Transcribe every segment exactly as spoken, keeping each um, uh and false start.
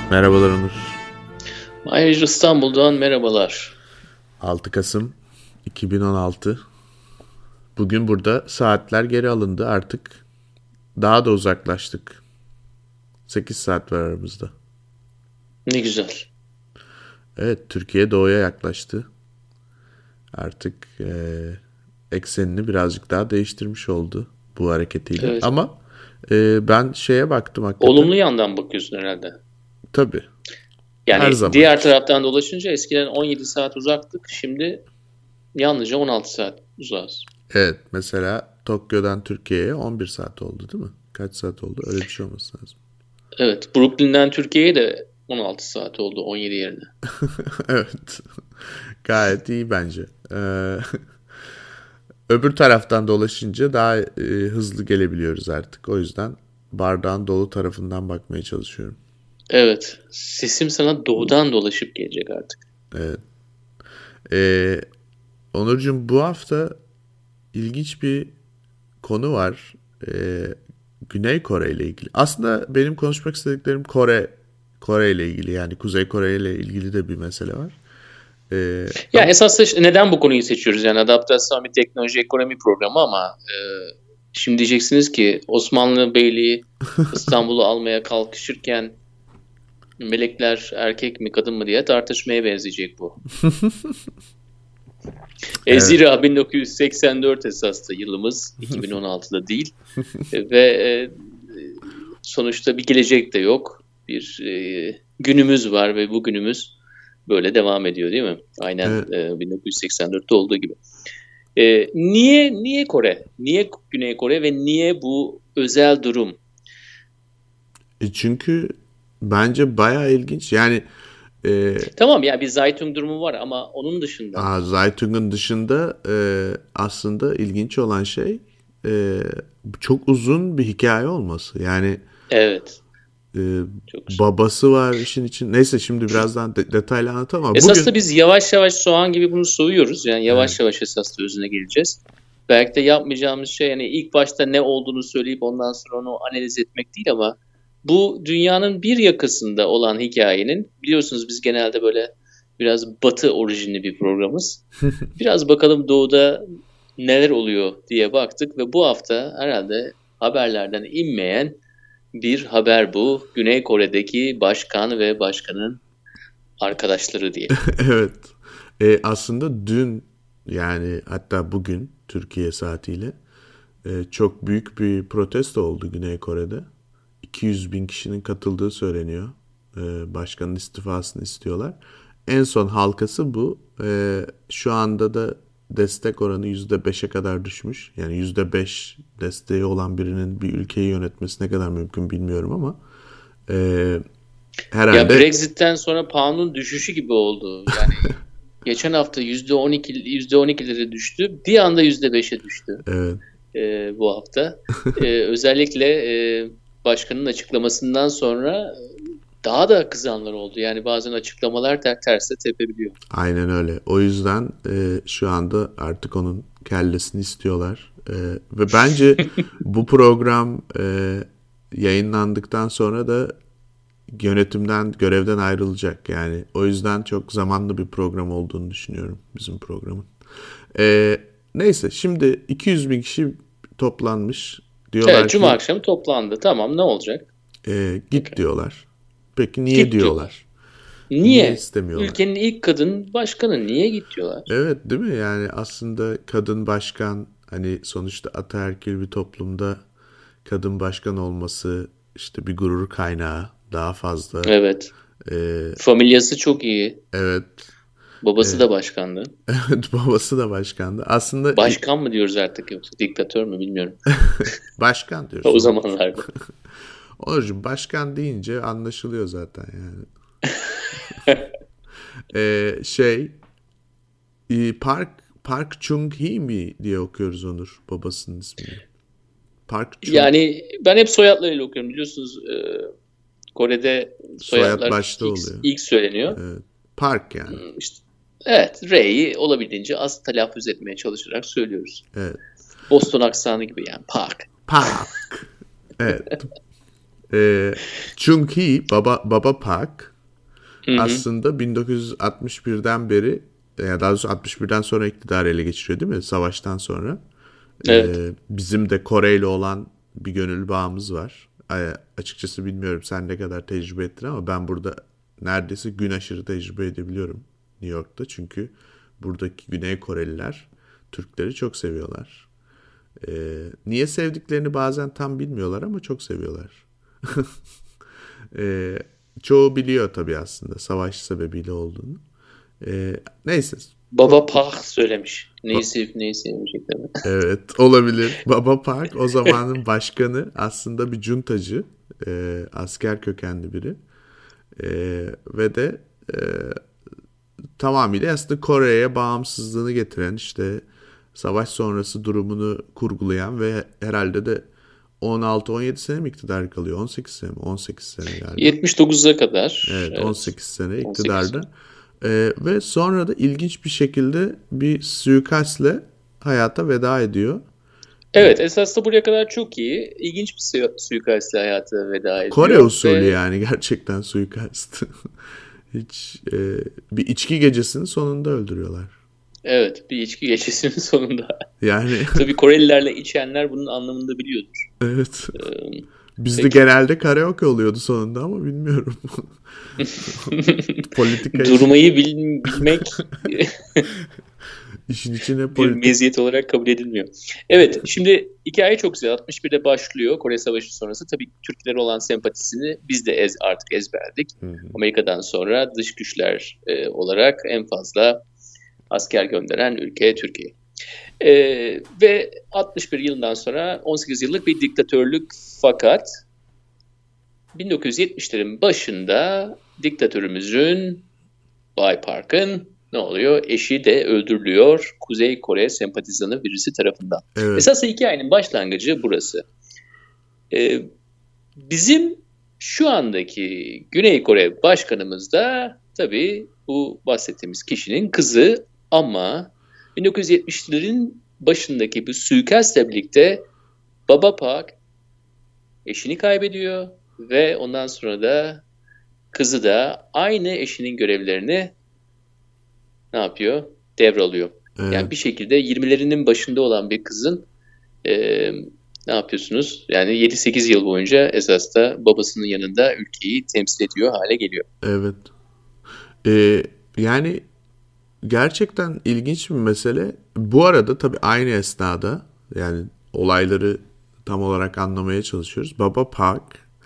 Merhabalar Onur. Mahir İstanbul'dan merhabalar. altı Kasım iki bin on altı. Bugün burada saatler geri alındı artık. Daha da uzaklaştık. sekiz saat var aramızda. Ne güzel. Evet, Türkiye doğuya yaklaştı. Artık e, eksenini birazcık daha değiştirmiş oldu bu hareketiyle. Evet. Ama e, ben şeye baktım hakikaten. Olumlu yandan bakıyorsun herhalde. Tabii. Yani Her zaman. diğer taraftan dolaşınca eskiden on yedi saat uzaktık. Şimdi yalnızca on altı saat uzağız. Evet, mesela Tokyo'dan Türkiye'ye on bir saat oldu değil mi? Kaç saat oldu? Öyle bir şey olması lazım. Evet. Brooklyn'den Türkiye'ye de on altı saat oldu, on yedi yerine. Evet. Gayet iyi bence. Ee, öbür taraftan dolaşınca daha e, hızlı gelebiliyoruz artık. O yüzden bardağın dolu tarafından bakmaya çalışıyorum. Evet. Sesim sana doğudan dolaşıp gelecek artık. Evet. Ee, Onurcuğum, bu hafta ilginç bir konu var. Ee, Güney Kore ile ilgili. Aslında benim konuşmak istediklerim Kore Kore ile ilgili. Yani Kuzey Kore ile ilgili de bir mesele var. Ee, Ya ama... esas da neden bu konuyu seçiyoruz? Yani adaptasyon bir teknoloji ekonomi programı ama e, şimdi diyeceksiniz ki Osmanlı Beyliği İstanbul'u almaya kalkışırken melekler erkek mi kadın mı diye tartışmaya benzeyecek bu. Evet. Zira bin dokuz yüz seksen dört esaslı yılımız, iki bin on altıda değil ve e, sonuçta bir gelecek de yok. Bir e, günümüz var ve bu günümüz böyle devam ediyor değil mi? Aynen Evet. e, bin dokuz yüz seksen dörtte olduğu gibi. E, niye niye Kore? Niye Güney Kore ve niye bu özel durum? E çünkü bence bayağı ilginç. Yani e, Tamam ya bir Zaytung durumu var ama onun dışında. aa, Zaytung'un dışında e, aslında ilginç olan şey e, çok uzun bir hikaye olması. Yani Evet. e, Çok güzel. babası var işin için. Neyse şimdi birazdan de- detaylı anlatamam. Esas Bugün da biz yavaş yavaş soğan gibi bunu soğuyoruz. Yani yavaş evet. yavaş esas da özüne geleceğiz. Belki de yapmayacağımız şey yani ilk başta ne olduğunu söyleyip ondan sonra onu analiz etmek değil ama bu dünyanın bir yakasında olan hikayenin biliyorsunuz biz genelde böyle biraz batı orijinli bir programız. Biraz bakalım doğuda neler oluyor diye baktık ve bu hafta herhalde haberlerden inmeyen bir haber bu. Güney Kore'deki başkan ve başkanın arkadaşları diyelim. Evet. E, aslında dün, yani hatta bugün Türkiye saatiyle e, çok büyük bir protesto oldu Güney Kore'de. iki yüz bin kişinin katıldığı söyleniyor. E, başkanın istifasını istiyorlar. En son halkası bu. E, şu anda da destek oranı yüzde beşe kadar düşmüş. Yani yüzde beş desteği olan birinin bir ülkeyi yönetmesi ne kadar mümkün bilmiyorum ama e, herhalde... Ya Brexit'ten sonra pound'un düşüşü gibi oldu. Yani geçen hafta yüzde on iki yüzde on ikilere düştü. Bir anda yüzde beşe düştü. Evet. Ee, bu hafta. Ee, özellikle e, başkanın açıklamasından sonra daha da kızanlar oldu. Yani bazen açıklamalar ter terse tepebiliyor. Aynen öyle. O yüzden e, şu anda artık onun kellesini istiyorlar. E, ve bence bu program e, yayınlandıktan sonra da yönetimden, görevden ayrılacak. Yani o yüzden çok zamanlı bir program olduğunu düşünüyorum bizim programın. E, neyse şimdi iki yüz bin kişi toplanmış. Diyorlar Evet, Cuma ki akşamı toplandı. Tamam, ne olacak? e, git Okay. diyorlar. Peki niye Git diyorlar? diyorlar. Niye Niye? istemiyorlar? Ülkenin ilk kadın başkanı niye git diyorlar? Evet, değil mi? Yani aslında kadın başkan, hani sonuçta ataerkil bir toplumda kadın başkan olması işte bir gurur kaynağı, daha fazla. Evet. E, Familyası çok iyi. evet. Babası E, da başkandı. evet, babası da başkandı. Aslında Başkan mı diyoruz artık yoksa diktatör mü bilmiyorum. başkan diyoruz. O zamanlarda. Onurcuğum, başkan deyince anlaşılıyor zaten yani. e, şey Park Park Chung-hee mi diye okuyoruz Onur, babasının ismini. Park Chung. Yani ben hep soyadlarıyla okuyorum biliyorsunuz. E, Kore'de Soyad soyadlar başta ilk, oluyor. ilk söyleniyor. Evet. Park yani. İşte, evet, R'yi olabildiğince az telaffuz etmeye çalışarak söylüyoruz. Evet. Boston aksanı gibi yani Park. Park. Evet. E, Chung-hee, Baba, Baba Park Hı hı. aslında bin dokuz yüz altmış birden beri, ya daha doğrusu altmış birden sonra iktidarı ele geçiriyor değil mi? Savaştan sonra. Evet. Ee, bizim de Kore ile olan bir gönül bağımız var. Ee, açıkçası bilmiyorum sen ne kadar tecrübe ettin ama ben burada neredeyse gün aşırı tecrübe edebiliyorum New York'ta. Çünkü buradaki Güney Koreliler Türkleri çok seviyorlar. Ee, niye sevdiklerini bazen tam bilmiyorlar ama çok seviyorlar. Ee, çoğu biliyor tabii aslında savaş sebebiyle olduğunu. Ee, neyse. Baba Pah söylemiş. Neyi sevip neyi sevmeyecekler. Evet, olabilir. Baba Park o zamanın başkanı, aslında bir cuntacı, e, asker kökenli biri. E, ve de e, tamamıyla aslında Kore'ye bağımsızlığını getiren, işte savaş sonrası durumunu kurgulayan ve herhalde de on altı on yedi sene mi iktidar kalıyor? on sekiz sene mi? on sekiz sene galiba. yetmiş dokuza kadar. Evet, Evet. on sekiz sene on sekiz iktidarda. sene. Ee, ve sonra da ilginç bir şekilde bir suikastle hayata veda ediyor. Evet, esas da buraya kadar çok iyi. İlginç bir su- suikastla hayata veda Kore ediyor usulü ve yani, gerçekten suikast. Hiç e, bir içki gecesinin sonunda öldürüyorlar. evet, bir içki gecesinin sonunda. Yani Tabii Korelilerle içenler bunun anlamını da biliyordur. evet. Ee, Bizde peki. genelde karaoke oluyordu sonunda ama bilmiyorum. Politika iş, Durmayı bil- bilmek işin içine bir politik. meziyet olarak kabul edilmiyor. Evet, şimdi hikaye çok güzel. altmış birde başlıyor Kore Savaşı sonrası. Tabii Türklere olan sempatisini biz de ez, artık ezberdik. Hı hı. Amerika'dan sonra dış güçler e, olarak en fazla asker gönderen ülke Türkiye. E, ve altmış bir yılından sonra on sekiz yıllık bir diktatörlük, fakat bin dokuz yüz yetmişlerin başında diktatörümüzün, Bay Park'ın ne oluyor? Eşi de öldürülüyor Kuzey Kore sempatizanı birisi tarafından. Evet. Esas hikayenin başlangıcı burası. Ee, bizim şu andaki Güney Kore başkanımız da tabii bu bahsettiğimiz kişinin kızı, ama bin dokuz yüz yetmişlerin başındaki bu suikastla birlikte Baba Park eşini kaybediyor ve ondan sonra da kızı da aynı eşinin görevlerini ne yapıyor? Devralıyor. Evet. Yani bir şekilde yirmilerinin başında olan bir kızın e, ne yapıyorsunuz? Yani yedi sekiz yıl boyunca esas da babasının yanında ülkeyi temsil ediyor hale geliyor. Evet. Ee, yani gerçekten ilginç bir mesele. Bu arada tabii aynı esnada, yani olayları tam olarak anlamaya çalışıyoruz. Baba Park,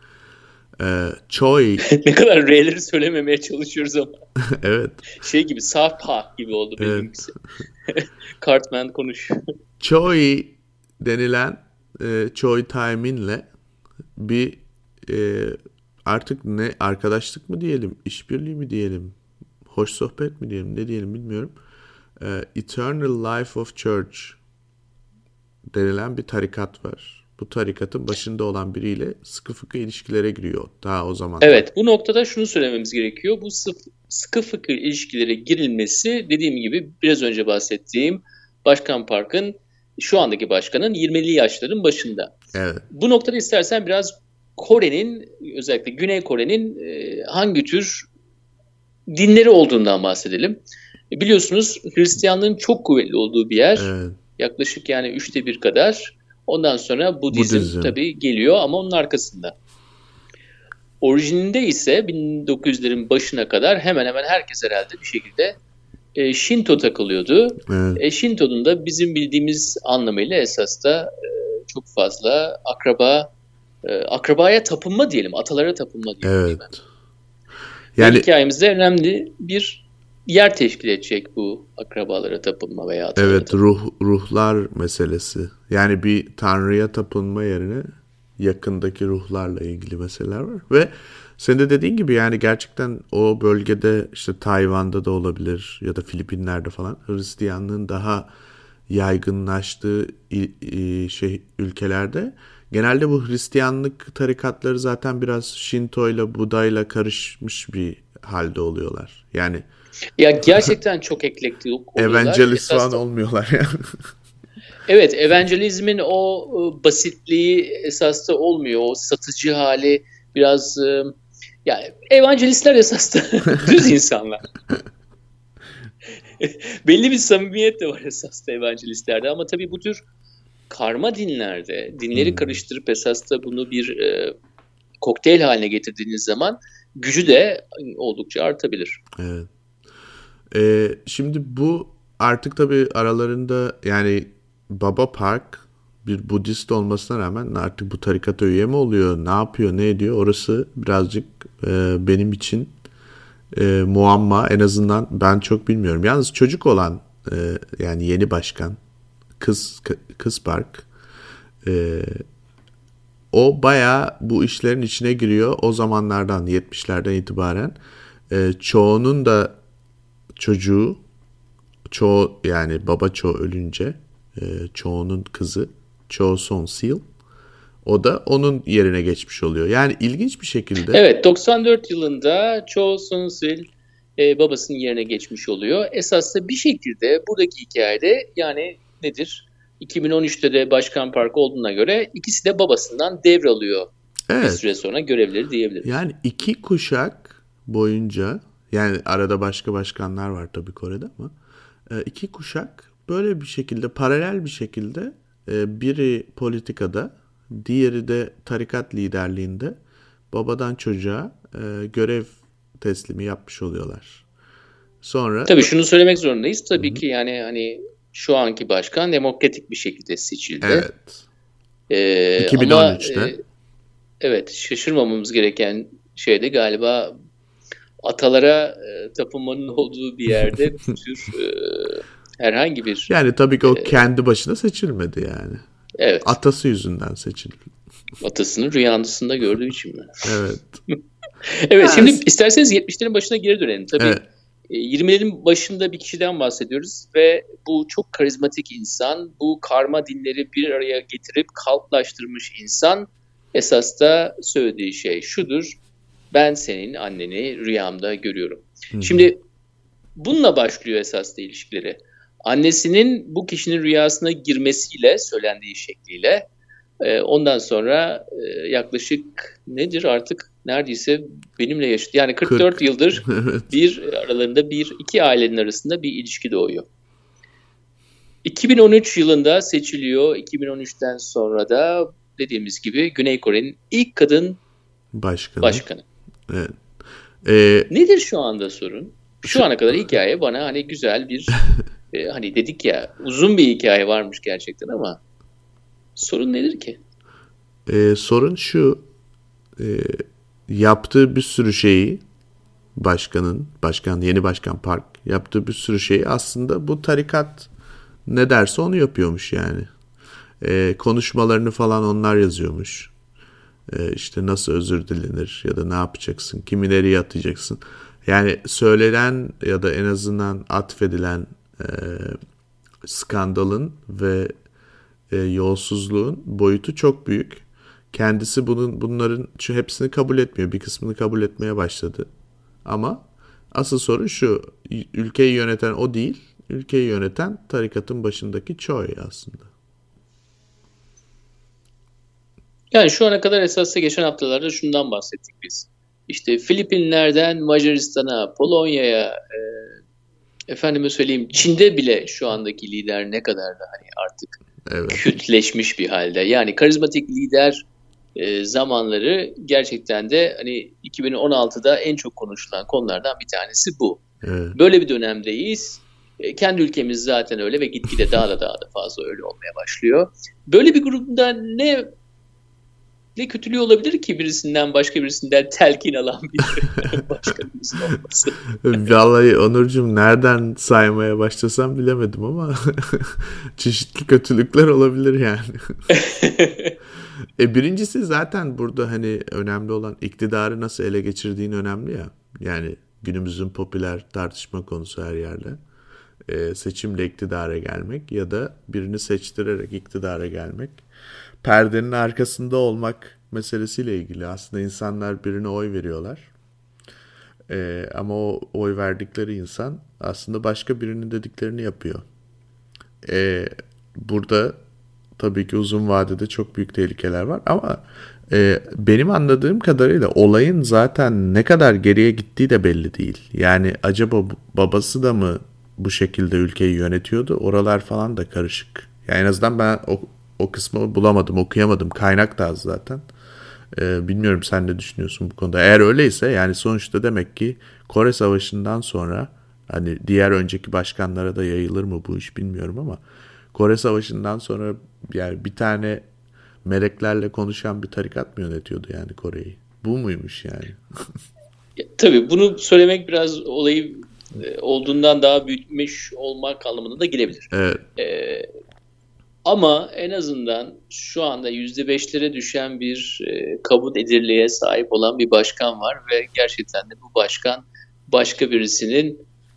e, Choi. Ne kadar R'leri söylememeye çalışıyoruz ama. Evet. Şey gibi, South Park gibi oldu benimkisi. Evet. Cartman konuş. Choi denilen e, Choi Tae-min'le bir e, artık ne arkadaşlık mı diyelim, işbirliği mi diyelim, hoş sohbet mi diyelim, ne diyelim bilmiyorum. E, Eternal Life of Church denilen bir tarikat var. Bu tarikatın başında olan biriyle sıkı fıkı ilişkilere giriyor daha o zaman. Evet, bu noktada şunu söylememiz gerekiyor. Bu sıf- sıkı fıkı ilişkilere girilmesi, dediğim gibi biraz önce bahsettiğim Başkan Park'ın, şu andaki başkanın yirmili yaşların başında. Evet. Bu noktada istersen biraz Kore'nin, özellikle Güney Kore'nin e, hangi tür dinleri olduğundan bahsedelim. E, biliyorsunuz Hristiyanlığın çok kuvvetli olduğu bir yer. Evet. Yaklaşık yani üçte bir kadar. Ondan sonra Budizm, Budizm. tabii geliyor ama onun arkasında. Orijininde ise bin dokuz yüzlerin başına kadar hemen hemen herkes herhalde bir şekilde e, Shinto takılıyordu. Evet. E, Shinto'nun da bizim bildiğimiz anlamıyla esas da e, çok fazla akraba, e, akrabaya tapınma diyelim, atalara tapınma diyelim. Evet. Değil mi? Yani Ve hikayemizde önemli bir yer teşkil edecek bu akrabalara tapınma veya atalara evet, tapınma. ruh ruhlar meselesi. Yani bir tanrıya tapınma yerine yakındaki ruhlarla ilgili meseleler var. Ve senin de dediğin gibi yani gerçekten o bölgede, işte Tayvan'da da olabilir ya da Filipinler'de falan, Hristiyanlığın daha yaygınlaştığı şey ülkelerde genelde bu Hristiyanlık tarikatları zaten biraz Şinto ile Buda ile karışmış bir halde oluyorlar. Yani Ya gerçekten çok eklektik oluyorlar. evangelist Esas falan da, olmuyorlar yani. Evet, evangelizmin o e, basitliği esas da olmuyor. O satıcı hali biraz e, yani evangelistler esas da düz insanlar. Belli bir samimiyet de var esas da evangelistlerde ama tabii bu tür karma dinlerde dinleri Hmm, karıştırıp esas da bunu bir e, kokteyl haline getirdiğiniz zaman gücü de oldukça artabilir. evet. Ee, şimdi bu artık tabii aralarında yani Baba Park bir Budist olmasına rağmen artık bu tarikata üye mi oluyor, ne yapıyor, ne ediyor orası birazcık e, benim için e, muamma. En azından ben çok bilmiyorum. Yalnız çocuk olan e, yani yeni başkan kız kız park e, o bayağı bu işlerin içine giriyor. O zamanlardan yetmişlerden itibaren e, çoğunun da çocuğu çoğu yani baba çoğu ölünce e, çoğunun kızı Cho Son Sil o da onun yerine geçmiş oluyor. Yani ilginç bir şekilde Evet, doksan dört yılında Cho Sun-sil e, babasının yerine geçmiş oluyor. Esas da bir şekilde buradaki hikayede yani nedir? iki bin on üçte de Başkan Park olduğuna göre ikisi de babasından devralıyor bir evet süre sonra görevleri diyebiliriz. yani iki kuşak boyunca yani arada başka başkanlar var tabii Kore'de ama e, iki kuşak böyle bir şekilde paralel bir şekilde e, biri politikada diğeri de tarikat liderliğinde babadan çocuğa e, görev teslimi yapmış oluyorlar. Sonra Tabii şunu söylemek zorundayız. Tabii ki yani hani şu anki başkan demokratik bir şekilde seçildi. evet E, ama iki bin on üçte e, evet şaşırmamamız gereken şey de galiba atalara e, tapınmanın olduğu bir yerde bu tür e, herhangi bir yani tabii ki e, o kendi başına seçilmedi yani. evet Atası yüzünden seçildi. atasının rüyasında gördüğü için mi? Evet. Evet şimdi Evet. isterseniz yetmişlerin başına geri dönelim. Tabii Evet. e, yirmilerin başında bir kişiden bahsediyoruz ve bu çok karizmatik insan, bu karma dinleri bir araya getirip kalplaştırmış insan esas da söylediği şey şudur. Ben senin anneni rüyamda görüyorum. Hı hı. Şimdi bununla başlıyor esas da ilişkileri. Annesinin bu kişinin rüyasına girmesiyle, söylendiği şekliyle e, ondan sonra e, yaklaşık nedir artık neredeyse benimle yaşadı. Yani kırk dört kırk. yıldır Evet. bir aralarında bir iki ailenin arasında bir ilişki doğuyor. iki bin on üç yılında seçiliyor. iki bin on üçten sonra da dediğimiz gibi Güney Kore'nin ilk kadın Başkanı. başkanı. Evet. Ee, Nedir şu anda sorun? Şu şu, ana kadar hikaye bana hani güzel bir e, hani dedik ya uzun bir hikaye varmış gerçekten ama sorun nedir ki? e, sorun şu. E, yaptığı bir sürü şeyi başkanın, başkan, yeni başkan Park yaptığı bir sürü şeyi aslında bu tarikat ne derse onu yapıyormuş yani. E, konuşmalarını falan onlar yazıyormuş. E, işte nasıl özür dilenir ya da ne yapacaksın, kimi nereye atacaksın. Yani söylenen ya da en azından atfedilen e, skandalın ve e, yolsuzluğun boyutu çok büyük. Kendisi bunun bunların şu hepsini kabul etmiyor. Bir kısmını kabul etmeye başladı. Ama asıl sorun şu. Ülkeyi yöneten o değil. Ülkeyi yöneten tarikatın başındaki Choi aslında. Yani şu ana kadar esasında geçen haftalarda şundan bahsettik biz. İşte Filipinler'den Macaristan'a, Polonya'ya, e, efendime söyleyeyim Çin'de bile şu andaki lider ne kadar da hani artık Evet. kültleşmiş bir halde. Yani karizmatik lider e, zamanları gerçekten de hani iki bin on altıda en çok konuşulan konulardan bir tanesi bu. Evet. Böyle bir dönemdeyiz. E, kendi ülkemiz zaten öyle ve gitgide daha da daha da fazla öyle olmaya başlıyor. Böyle bir grupta ne ne kötülüğü olabilir ki birisinden başka birisinden telkin alan bir başkanımızın olması? Vallahi Onurcuğum nereden saymaya başlasam bilemedim ama çeşitli kötülükler olabilir yani. E birincisi zaten burada hani önemli olan iktidarı nasıl ele geçirdiğin önemli ya. Yani günümüzün popüler tartışma konusu her yerde. E, seçimle iktidara gelmek ya da birini seçtirerek iktidara gelmek. Perdenin arkasında olmak meselesiyle ilgili. Aslında insanlar birine oy veriyorlar. E, ama o oy verdikleri insan aslında başka birinin dediklerini yapıyor. E, burada tabii ki uzun vadede çok büyük tehlikeler var ama e, benim anladığım kadarıyla olayın zaten ne kadar geriye gittiği de belli değil. Yani acaba babası da mı bu şekilde ülkeyi yönetiyordu? Oralar falan da karışık. Yani en azından ben o, o kısmı bulamadım, okuyamadım. Kaynak da az zaten. Ee, bilmiyorum sen ne düşünüyorsun bu konuda. Eğer öyleyse yani sonuçta demek ki Kore Savaşı'ndan sonra hani diğer önceki başkanlara da yayılır mı bu iş bilmiyorum ama Kore Savaşı'ndan sonra yani bir tane meleklerle konuşan bir tarikat mı yönetiyordu yani Kore'yi? Bu muymuş yani? Ya, tabii bunu söylemek biraz olayı e, olduğundan daha büyütmüş olmak anlamına da gelebilir. Evet. E, Ama en azından şu anda yüzde beşlere düşen bir e, kabul edilirliğe sahip olan bir başkan var ve gerçekten de bu başkan başka birisinin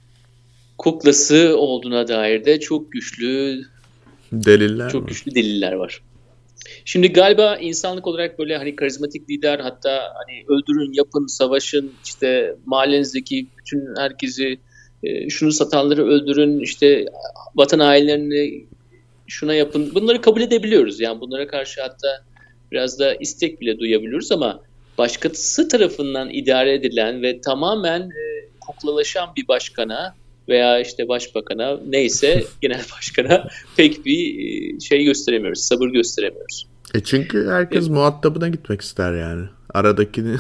kuklası olduğuna dair de çok güçlü Deliller çok mi? güçlü deliller var. Şimdi galiba insanlık olarak böyle hani karizmatik lider, hatta hani öldürün, yapın, savaşın, işte mahallenizdeki bütün herkesi, e, şunu satanları öldürün, işte vatan hainlerini şuna yapın. Bunları kabul edebiliyoruz. Yani bunlara karşı hatta biraz da istek bile duyabiliyoruz ama başkası tarafından idare edilen ve tamamen e, kuklalaşan bir başkana veya işte başbakana, neyse genel başkana pek bir e, şey gösteremiyoruz, sabır gösteremiyoruz. E çünkü herkes E, muhatabına gitmek ister yani. Aradakini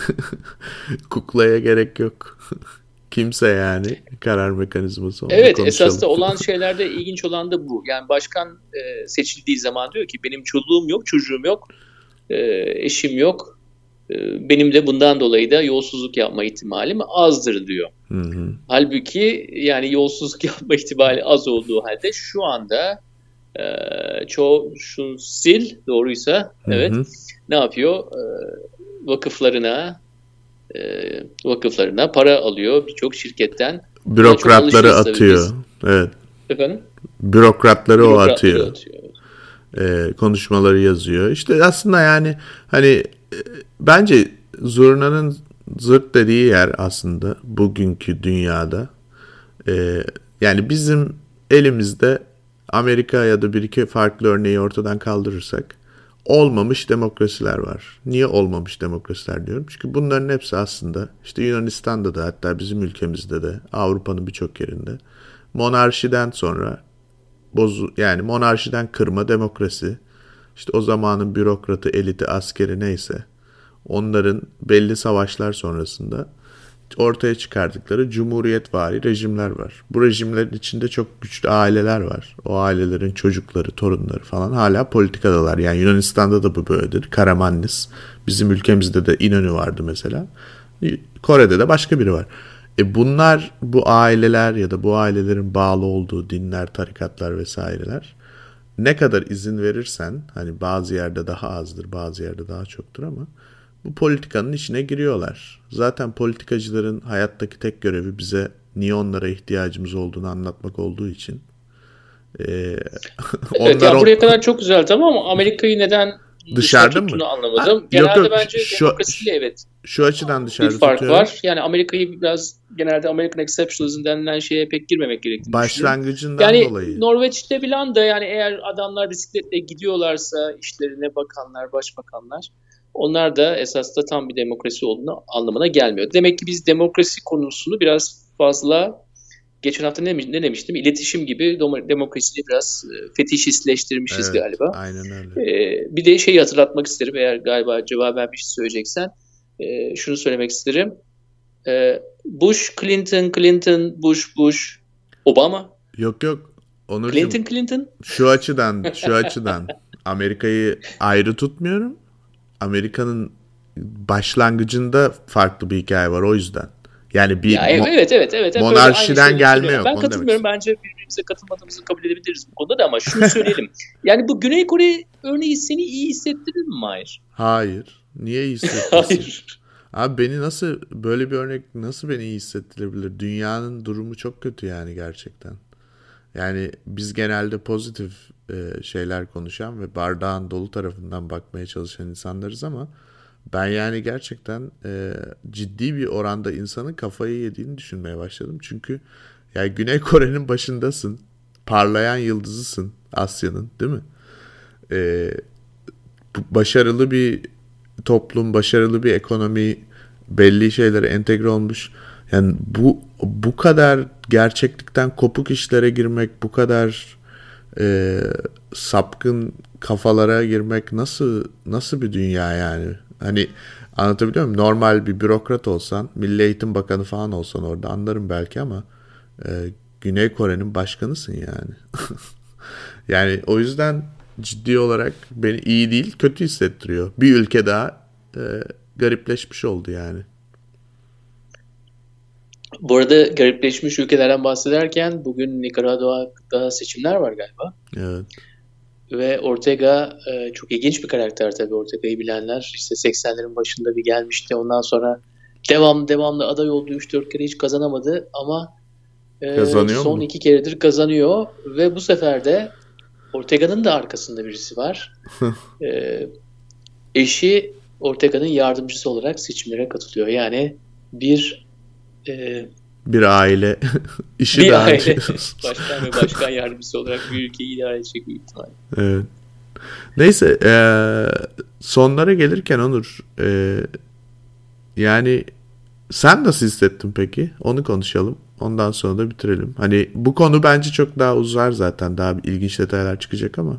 kuklaya gerek yok. Kimse yani karar mekanizması onunla Evet, esas konuşalım. da olan şeylerde ilginç olan da bu. Yani başkan e, seçildiği zaman diyor ki benim çoluğum yok, çocuğum yok, e, eşim yok. E, benim de bundan dolayı da yolsuzluk yapma ihtimalim azdır diyor. Hı hı. Halbuki yani yolsuzluk yapma ihtimali az olduğu halde şu anda e, Cho Shun-sil doğruysa Hı evet hı. ne yapıyor? E, vakıflarına e, vakıflarına para alıyor birçok şirketten. Buna çok Bürokratları alışığız tabii atıyor. biz. Evet. Efendim? Bürokratları o Bürokratları atıyor. atıyor. Ee, konuşmaları yazıyor. İşte aslında yani hani e, bence zurnanın zırt dediği yer aslında bugünkü dünyada. Ee, yani bizim elimizde Amerika ya da bir iki farklı örneği ortadan kaldırırsak olmamış demokrasiler var. Niye olmamış demokrasiler diyorum? Çünkü bunların hepsi aslında işte Yunanistan'da da hatta bizim ülkemizde de Avrupa'nın birçok yerinde monarşiden sonra bozu yani monarşiden kırma demokrasi. İşte o zamanın bürokratı, eliti, askeri neyse onların belli savaşlar sonrasında ortaya çıkardıkları cumhuriyetvari rejimler var. Bu rejimlerin içinde çok güçlü aileler var. O ailelerin çocukları, torunları falan hala politikadalar. Yani Yunanistan'da da bu böyledir. Karamanlis. Bizim ülkemizde de İnönü vardı mesela. Kore'de de başka biri var. E bunlar, bu aileler ya da bu ailelerin bağlı olduğu dinler, tarikatlar vesaireler ne kadar izin verirsen hani bazı yerde daha azdır, bazı yerde daha çoktur ama bu politikanın içine giriyorlar. Zaten politikacıların hayattaki tek görevi bize niye onlara ihtiyacımız olduğunu anlatmak olduğu için. Ee, Evet onlar ya on... buraya kadar çok güzel tamam ama Amerika'yı neden dışına Dışarıda mı? tuttuğunu Ha, anlamadım. yok Genelde yok bence şu, demokrasiyle evet şu açıdan bir dışarıda fark tutuyorum. var. Yani Amerika'yı biraz genelde American Exceptionalism denilen şeye pek girmemek gerektiğini düşünüyorum. Başlangıcından Yani dolayı. Norveç'te filan da yani eğer adamlar bisikletle gidiyorlarsa işlerine bakanlar, başbakanlar, onlar da esas da tam bir demokrasi olduğunu anlamına gelmiyor. Demek ki biz demokrasi konusunu biraz fazla, geçen hafta ne, ne demiştim? İletişim gibi demokrasiyi biraz e, fetişistleştirmişiz Evet, galiba. aynen öyle. Ee, bir de şeyi hatırlatmak isterim, eğer galiba cevaben bir şey söyleyeceksen. E, şunu söylemek isterim. E, Bush, Clinton, Clinton, Bush, Bush, Obama. Yok yok Onurcuğum, Clinton, Clinton. şu açıdan şu açıdan Amerika'yı ayrı tutmuyorum. Amerika'nın başlangıcında farklı bir hikaye var o yüzden. Yani bir Ya mo- evet evet evet hep böyle aynı monarşiden şeyleri gelme söylüyorlar. yok Ben onu demek katılmıyorum. istiyorum. Bence birbirimize katılmadığımızı kabul edebiliriz bu konuda da, ama şunu söyleyelim. Yani bu Güney Kore örneği seni iyi hissettirir mi Mahir? Hayır. Niye iyi hissettirsin? Hayır. Abi beni nasıl böyle bir örnek nasıl beni iyi hissettirebilir? Dünyanın durumu çok kötü yani gerçekten. Yani biz genelde pozitif e, şeyler konuşan ve bardağın dolu tarafından bakmaya çalışan insanlarız ama ben yani gerçekten e, ciddi bir oranda insanın kafayı yediğini düşünmeye başladım. Çünkü yani Güney Kore'nin başındasın. Parlayan yıldızısın. Asya'nın, değil mi? Ee, başarılı bir toplum, başarılı bir ekonomi, belli şeylere entegre olmuş. Yani bu bu kadar gerçeklikten kopuk işlere girmek, bu kadar e, sapkın kafalara girmek nasıl nasıl bir dünya yani? Hani anlatabiliyor muyum? Normal bir bürokrat olsan, Milli Eğitim Bakanı falan olsan orada anlarım belki ama e, Güney Kore'nin başkanısın yani. Yani o yüzden ciddi olarak beni iyi değil, kötü hissettiriyor. Bir ülke daha e, garipleşmiş oldu yani. Bu arada garipleşmiş ülkelerden bahsederken bugün Nikaragua'da seçimler var galiba. Evet. Ve Ortega e, çok ilginç bir karakter tabii. Ortega'yı bilenler işte seksenlerin başında bir gelmişti. Ondan sonra devam devamlı aday oldu. üç dört kere hiç kazanamadı ama e, Kazanıyor son mu? iki keredir kazanıyor. Ve bu sefer de Ortega'nın da arkasında birisi var. e, eşi Ortega'nın yardımcısı olarak seçimlere katılıyor. Yani bir e, Bir aile işi bir daha aile başkan ve başkan yardımcısı olarak bir ülkeyi idare edecek büyük ihtimalle. Evet. Neyse e, sonlara gelirken Onur e, yani sen nasıl hissettin peki? Onu konuşalım. Ondan sonra da bitirelim. Hani bu konu bence çok daha uzar zaten. Daha ilginç detaylar çıkacak ama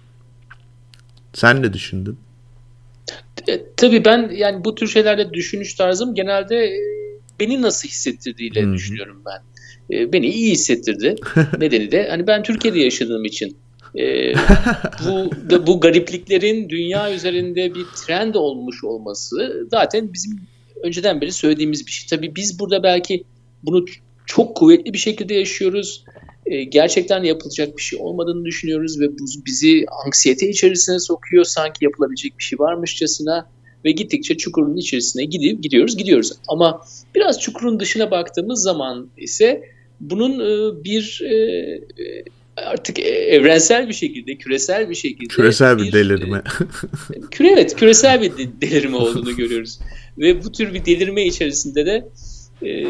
sen ne düşündün? E, tabii ben yani bu tür şeylerde düşünüş tarzım genelde e, beni nasıl hissettirdiğiyle Hı-hı. düşünüyorum ben. E, beni iyi hissettirdi. Nedeni de hani ben Türkiye'de yaşadığım için e, bu da, bu garipliklerin dünya üzerinde bir trend olmuş olması zaten bizim önceden beri söylediğimiz bir şey. Tabii biz burada belki bunu çok kuvvetli bir şekilde yaşıyoruz. E, gerçekten yapılacak bir şey olmadığını düşünüyoruz ve bu bizi anksiyete içerisine sokuyor. Sanki yapılabilecek bir şey varmışçasına ve gittikçe çukurun içerisine gidip gidiyoruz, gidiyoruz. Ama biraz çukurun dışına baktığımız zaman ise bunun e, bir e, artık evrensel bir şekilde, küresel bir şekilde küresel bir, bir delirme. E, küre, evet, küresel bir delirme olduğunu görüyoruz. Ve bu tür bir delirme içerisinde de e,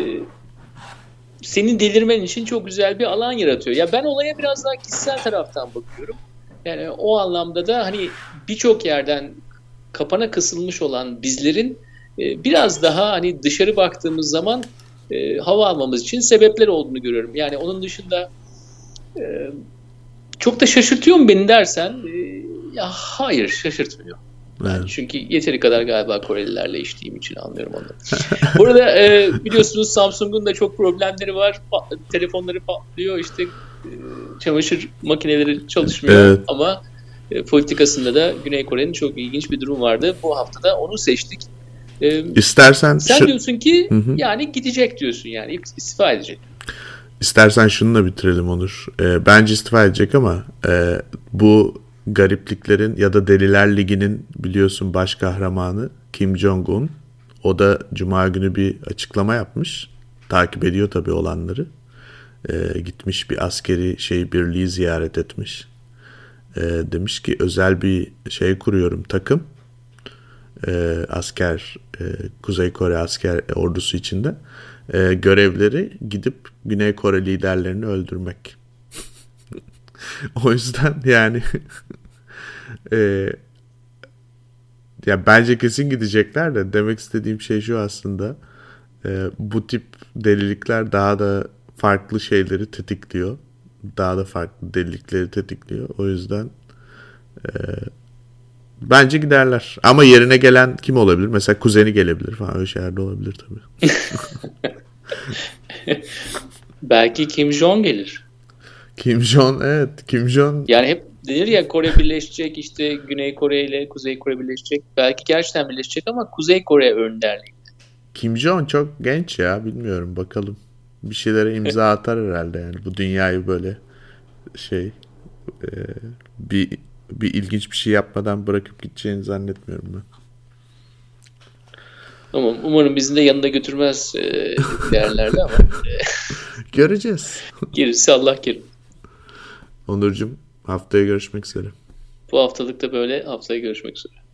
senin delirmen için çok güzel bir alan yaratıyor. Ya ben olaya biraz daha kişisel taraftan bakıyorum. Yani o anlamda da hani birçok yerden kapana kısılmış olan bizlerin e, biraz daha hani dışarı baktığımız zaman e, hava almamız için sebepler olduğunu görüyorum. Yani onun dışında e, çok da şaşırtıyor mu beni dersen e, ya hayır şaşırtmıyor. Yani evet. Çünkü yeteri kadar galiba Korelilerle içtiğim için anlıyorum onu. Bu arada e, biliyorsunuz Samsung'un da çok problemleri var. Pa- telefonları patlıyor, işte e, çamaşır makineleri çalışmıyor. Evet. Ama e, politikasında da Güney Kore'nin çok ilginç bir durum vardı. Bu hafta da onu seçtik. E, İstersen sen şu... diyorsun ki hı hı. yani gidecek diyorsun, yani istifa edecek. İstersen şununla bitirelim Onur. E, bence istifa edecek ama e, bu garipliklerin ya da Deliler Ligi'nin biliyorsun baş kahramanı Kim Jong-un. O da Cuma günü bir açıklama yapmış. Takip ediyor tabii olanları. Ee, gitmiş bir askeri şey birliği ziyaret etmiş. Ee, demiş ki özel bir şey kuruyorum, takım. Ee, asker, e, Kuzey Kore asker ordusu içinde. Ee, görevleri gidip Güney Kore liderlerini öldürmek. O yüzden yani e, ya bence kesin gidecekler de demek istediğim şey şu aslında, e, bu tip delilikler daha da farklı şeyleri tetikliyor. Daha da farklı delilikleri tetikliyor. O yüzden e, bence giderler. Ama yerine gelen kim olabilir? Mesela kuzeni gelebilir falan. Öyle şeyler de olabilir tabii. Belki Kim Jong gelir. Kim Jong, evet. Kim Jong. Yani hep denir ya Kore birleşecek, işte Güney Kore ile Kuzey Kore birleşecek. Belki gerçekten birleşecek ama Kuzey Kore önderliği. Kim Jong çok genç ya, bilmiyorum, bakalım. Bir şeylere imza atar herhalde yani. Bu dünyayı böyle şey e, bir bir ilginç bir şey yapmadan bırakıp gideceğini zannetmiyorum ben. Tamam, umarım bizi de yanında götürmez e, değerlerde ama. Göreceğiz. Gerisi Allah kerim. Onurcuğum, haftaya görüşmek üzere. Bu haftalık da böyle, haftaya görüşmek üzere.